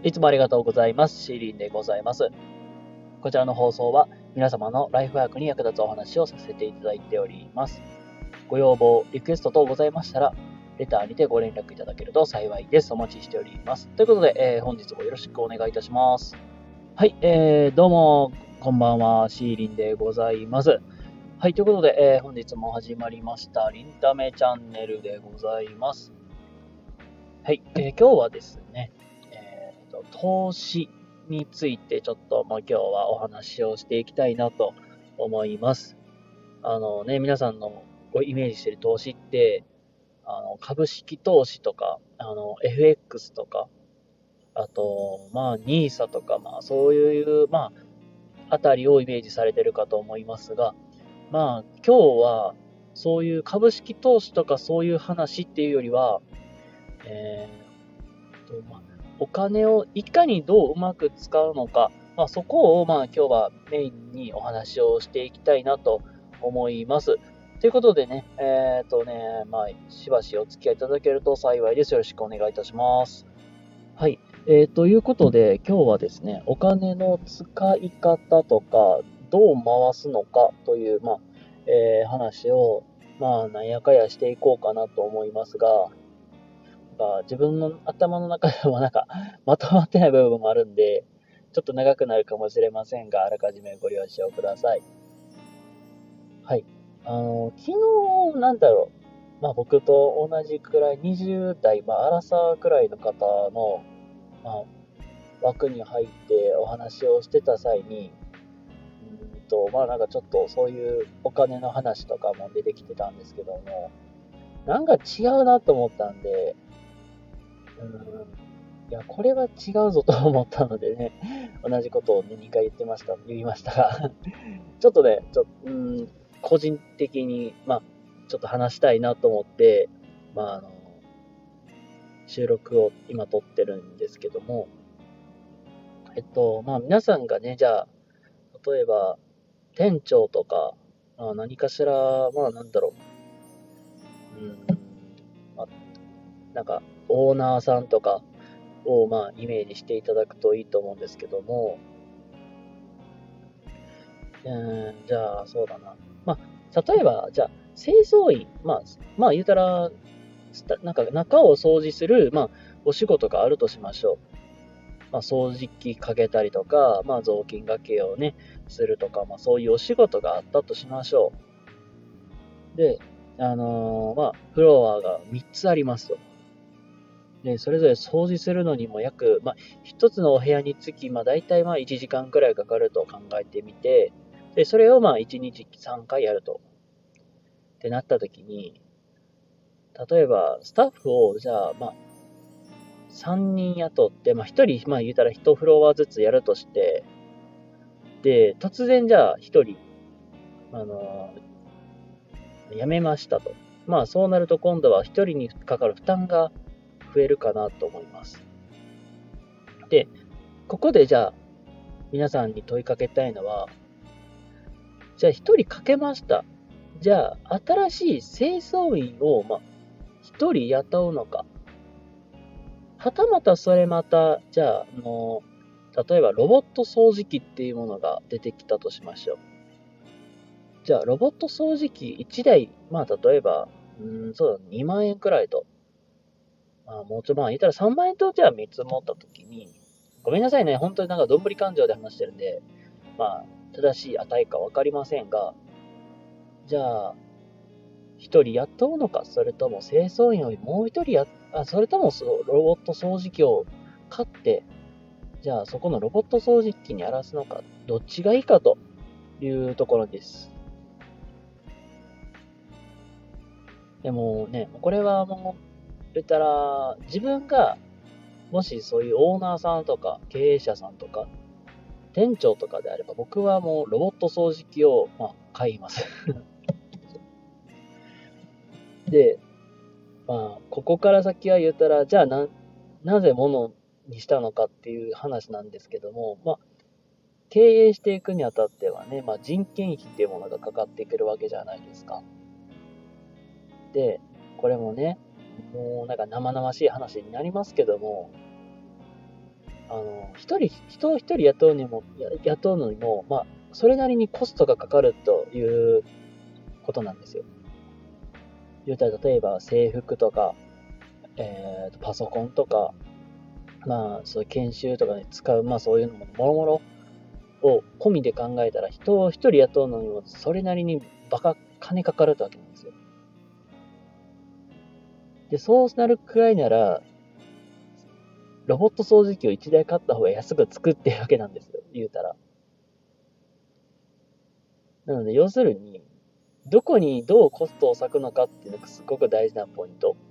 いつもありがとうございます。シーリンでございます。こちらの放送は皆様のライフワークに役立つお話をさせていただいております。ご要望、リクエスト等ございましたら、レターにてご連絡いただけると幸いです。お待ちしております。ということで、本日もよろしくお願いいたします。はい、どうも、こんばんは、シーリンでございます。はい、ということで、本日も始まりました、リンタメチャンネルでございます。はい、今日はですね、投資についてちょっと、今日はお話をしていきたいなと思います。皆さんのごイメージしている投資って、株式投資とか、FX とか、あと、NISA とか、そういう、あたりをイメージされているかと思いますが、今日は、そういう株式投資とかそういう話っていうよりは、えお金をいかにどううまく使うのか、そこを今日はメインにお話をしていきたいなと思います。ということでね、しばしお付き合いいただけると幸いです。よろしくお願いいたします。はい。ということで、今日はですね、お金の使い方とか、どう回すのかという、話を、なんやかやしていこうかなと思いますが、自分の頭の中でもまとまってない部分もあるんで、ちょっと長くなるかもしれませんが、あらかじめご了承ください。はい。昨日、僕と同じくらい、20代、アラサーくらいの方の、まあ、枠に入ってお話をしてた際に、ちょっとそういうお金の話とかも出てきてたんですけども、違うなと思ったんで、これは違うぞと思ったのでね、同じことをね、2回言いましたが、ちょっとね、個人的に、ちょっと話したいなと思って、まあ、あの、収録を今撮ってるんですけども、皆さんがね、じゃあ、例えば、店長とか、何かしら、うん、まあ、オーナーさんとかを、イメージしていただくといいと思うんですけども、じゃあ、そうだな。例えば、じゃあ、清掃員、言うたら、中を掃除する、お仕事があるとしましょう。掃除機かけたりとか、雑巾掛けをね、するとか、そういうお仕事があったとしましょう。で、フロアが3つありますと。で、それぞれ掃除するのにも1つのお部屋につき、だいたい1時間くらいかかると考えてみて、で、それを1日3回やると。ってなった時に、例えば、スタッフを、じゃあ、3人雇って、1人、言うたら1フロアずつやるとして、で、突然じゃあ1人、辞めましたと。そうなると今度は1人にかかる負担が増えるかなと思います。で、ここでじゃあ、皆さんに問いかけたいのは、じゃあ1人かけました。じゃあ、新しい清掃員を、1人雇うのか。はたまたそれまた、じゃあ、例えばロボット掃除機っていうものが出てきたとしましょう。じゃあ、ロボット掃除機1台、例えば、そうだ、2万円くらいと。もうちょっと、言ったら3万円とじゃあ見積もったときに、ごめんなさいね、本当にどんぶり勘定で話してるんで、正しい値かわかりませんが、じゃあ、1人雇うのか、それとも清掃員をもう1人それともロボット掃除機を買って、じゃあそこのロボット掃除機にやらすのか、どっちがいいかというところです。でもね、これはもう、言ったら、自分が、もしそういうオーナーさんとか、経営者さんとか、店長とかであれば、僕はもうロボット掃除機を、買います。で、ここから先は言ったら、じゃあなぜ物にしたのかっていう話なんですけども、経営していくにあたってはね、人件費っていうものがかかってくるわけじゃないですか。で、これもね、もう生々しい話になりますけども、 人を一人雇うのにも、まあ、それなりにコストがかかるということなんですよ。言うたら、例えば制服とか、パソコンとか、まあ、そういう研修とかに使う、まあそういうのも、もろもろを込みで考えたら、人を一人雇うのにも、それなりにバカ金かかるわけなんですよ。で、そうなるくらいなら、ロボット掃除機を1台買った方が安く作ってるわけなんですよ、言うたら。なので、要するに、どこにどうコストを割くのかっていうのがすごく大事なポイント。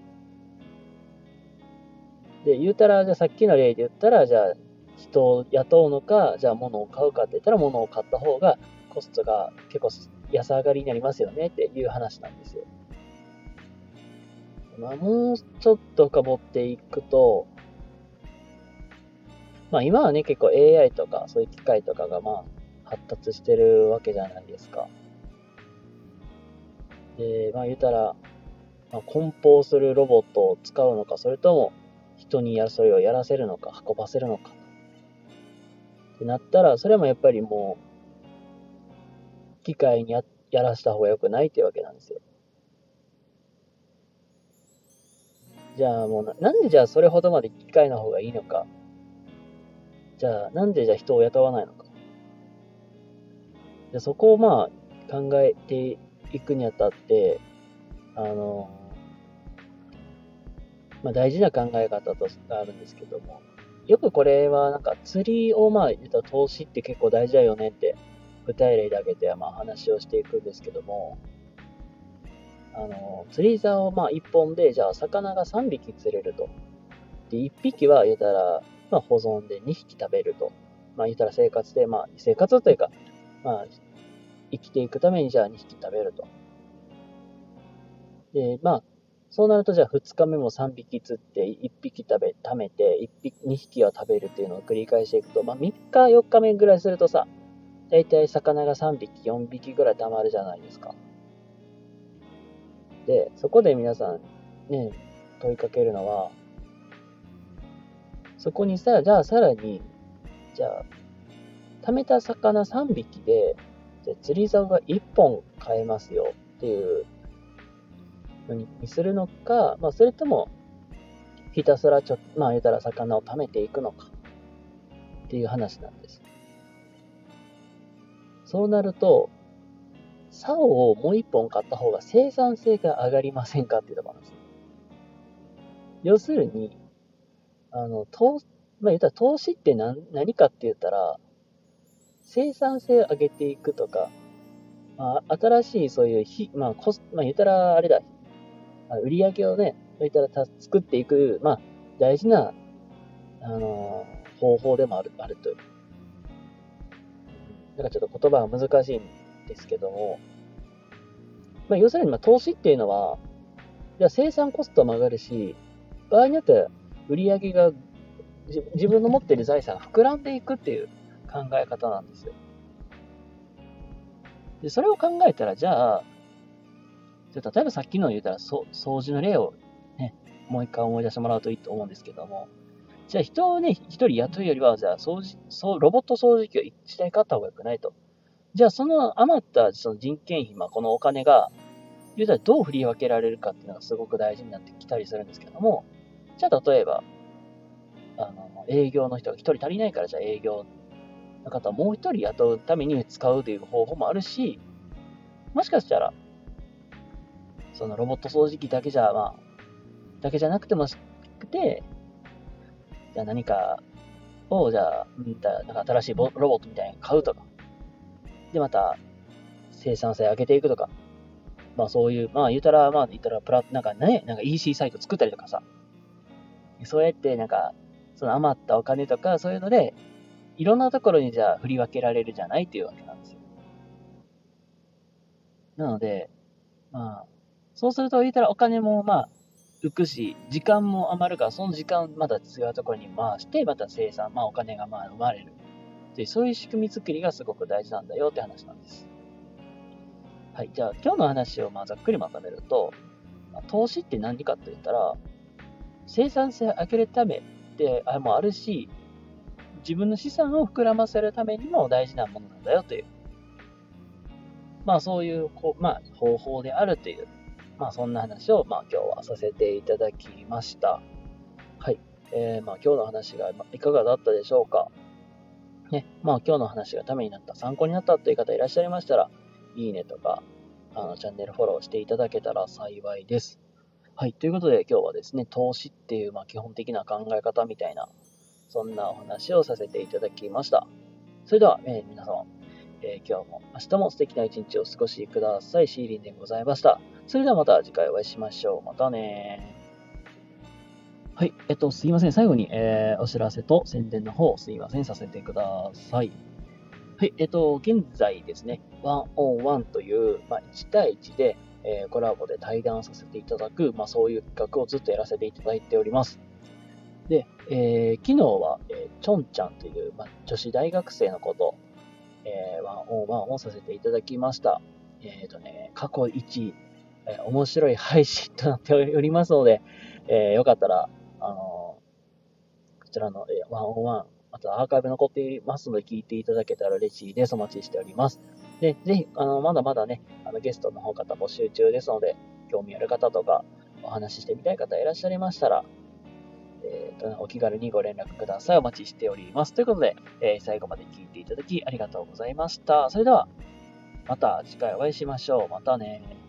で、言うたら、じゃあさっきの例で言ったら、じゃあ人を雇うのか、じゃあ物を買うかって言ったら物を買った方がコストが結構安上がりになりますよねっていう話なんですよ。まあ、もうちょっと深掘っていくと、まあ今はね、結構 AI とかそういう機械とかがまあ発達してるわけじゃないですか。で、まあ言うたら、まあ、梱包するロボットを使うのか、それとも人にそれをやらせるのか、運ばせるのかってなったら、それもやっぱりもう機械にやらした方が良くないっていうわけなんですよ。じゃあもうなんでじゃあそれほどまで機械の方がいいのか。じゃあなんでじゃあ人を雇わないのか。でそこをまあ考えていくにあたって、まあ、大事な考え方とがあるんですけども、よくこれはなんか釣りをまあ言ったら投資って結構大事だよねって具体例で挙げてまあ話をしていくんですけども、釣り竿をまあ1本でじゃあ魚が3匹釣れると。で、1匹は言ったらまあ保存で2匹食べると。まあ言ったら生活でまあ生活というかまあ生きていくためにじゃあ2匹食べると。で、まあそうなると、じゃあ2日目も3匹釣って、1匹貯めて、2匹は食べるっていうのを繰り返していくと、まあ3日、4日目ぐらいするとさ、だいたい魚が3匹、4匹ぐらい溜まるじゃないですか。で、そこで皆さんね、問いかけるのは、そこにさ、じゃあさらに、じゃあ、貯めた魚3匹で、じゃあ釣り竿が1本買えますよっていうのにするのか、まあそれとも、ひたすらまあ言ったら魚を貯めていくのかっていう話なんです。そうなると、竿をもう一本買った方が生産性が上がりませんかっていうところなんです。要するに、まあ言ったら投資って何かって言ったら、生産性を上げていくとか、まあ、新しいそういうまあまあ言ったらあれだ、売り上げをね、言ったら作っていく、まあ大事な、方法でもあるという。なんかちょっと言葉が難しいんですけども、まあ要するにまあ投資っていうのは、じゃあ生産コストも上がるし、場合によっては売り上げが自分の持っている財産が膨らんでいくっていう考え方なんですよ。で、それを考えたら、じゃあ、例えばさっきの言うたら掃除の例をね、もう一回思い出してもらうといいと思うんですけども、じゃあ人をね、一人雇うよりは、じゃあロボット掃除機を一台買った方が良くないと。じゃあその余ったその人件費、まあこのお金が、言うたらどう振り分けられるかっていうのがすごく大事になってきたりするんですけども、じゃあ例えば、営業の人が一人足りないから、じゃあ営業の方をもう一人雇うために使うという方法もあるし、もしかしたら、そのロボット掃除機だけじゃ、だけじゃなくてもて、じゃあ何かを、じゃあ、なんか新しいロボットみたいに買うとか、で、また生産性上げていくとか、まあそういう、言ったら、なんかね、なんか EC サイト作ったりとかさ、そうやってなんか、その余ったお金とか、そういうので、いろんなところにじゃあ振り分けられるじゃないっていうわけなんですよ。なので、まあ、そうすると言ったらお金も浮くし、時間も余るから、その時間また違うところに回して、また生産、お金が生まれる。で、そういう仕組み作りがすごく大事なんだよって話なんです。はい、じゃあ今日の話をざっくりまとめると、投資って何かと言ったら、生産性を上げるためでもあるし、 自分の資産を膨らませるためにも大事なものなんだよという、そういう方法であるという、そんな話を今日はさせていただきました。はい。今日の話がいかがだったでしょうか。ね、今日の話がためになった、参考になったという方いらっしゃいましたら、いいねとか、チャンネルフォローしていただけたら幸いです。はい。ということで今日はですね、投資っていう基本的な考え方みたいな、そんなお話をさせていただきました。それでは、皆様、今日も明日も素敵な一日をお過ごしください。シーリンでございました。それではまた次回お会いしましょう。またね。はい。すいません。最後に、お知らせと宣伝の方、すいません。させてください。はい。現在ですね、1on1という、1対1で、コラボで対談させていただく、そういう企画をずっとやらせていただいております。で、昨日は、チョンちゃんという、女子大学生の子と、1on1をさせていただきました。過去1、面白い配信となっておりますので、よかったら、こちらの、1on1、あとアーカイブ残っていますので、聞いていただけたら嬉しいです。お待ちしております。で、ぜひ、まだまだね、ゲストの方々募集中ですので、興味ある方とか、お話ししてみたい方いらっしゃいましたら、お気軽にご連絡ください。お待ちしております。ということで、最後まで聞いていただきありがとうございました。それでは、また次回お会いしましょう。またね。